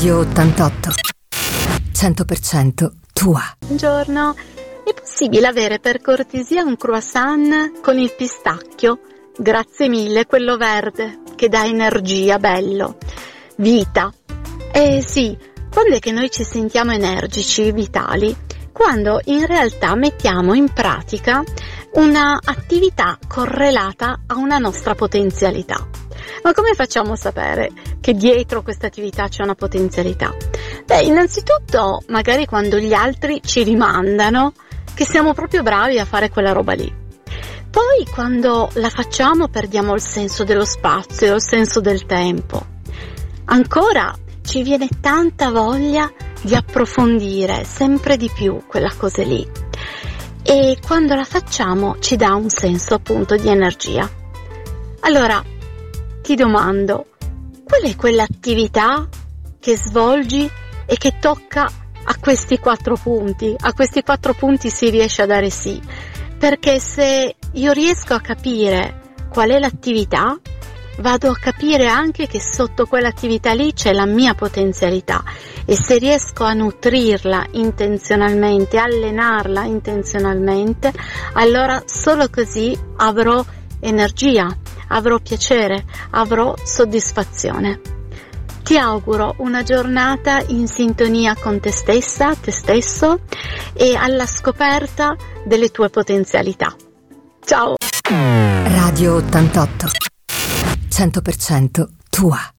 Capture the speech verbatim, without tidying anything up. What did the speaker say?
Radio ottantotto, cento per cento tua. Buongiorno, è possibile avere per cortesia un croissant con il pistacchio? Grazie mille, quello verde, che dà energia, bello, vita. Eh sì, quando è che noi ci sentiamo energici, vitali? Quando in realtà mettiamo in pratica una attività correlata a una nostra potenzialità. Ma come facciamo a sapere che dietro questa attività c'è una potenzialità? Beh, innanzitutto magari quando gli altri ci rimandano che siamo proprio bravi a fare quella roba lì. Poi quando la facciamo perdiamo il senso dello spazio, il senso del tempo. Ancora ci viene tanta voglia di approfondire sempre di più quella cosa lì. E quando la facciamo ci dà un senso appunto di energia. Allora, ti domando, qual è quell'attività che svolgi e che tocca a questi quattro punti? A questi quattro punti si riesce a dare sì, perché se io riesco a capire qual è l'attività, vado a capire anche che sotto quell'attività lì c'è la mia potenzialità, e se riesco a nutrirla intenzionalmente, allenarla intenzionalmente, allora solo così avrò energia, avrò piacere, avrò soddisfazione. Ti auguro una giornata in sintonia con te stessa, te stesso, e alla scoperta delle tue potenzialità. Ciao! Radio ottantotto, cento per cento tua.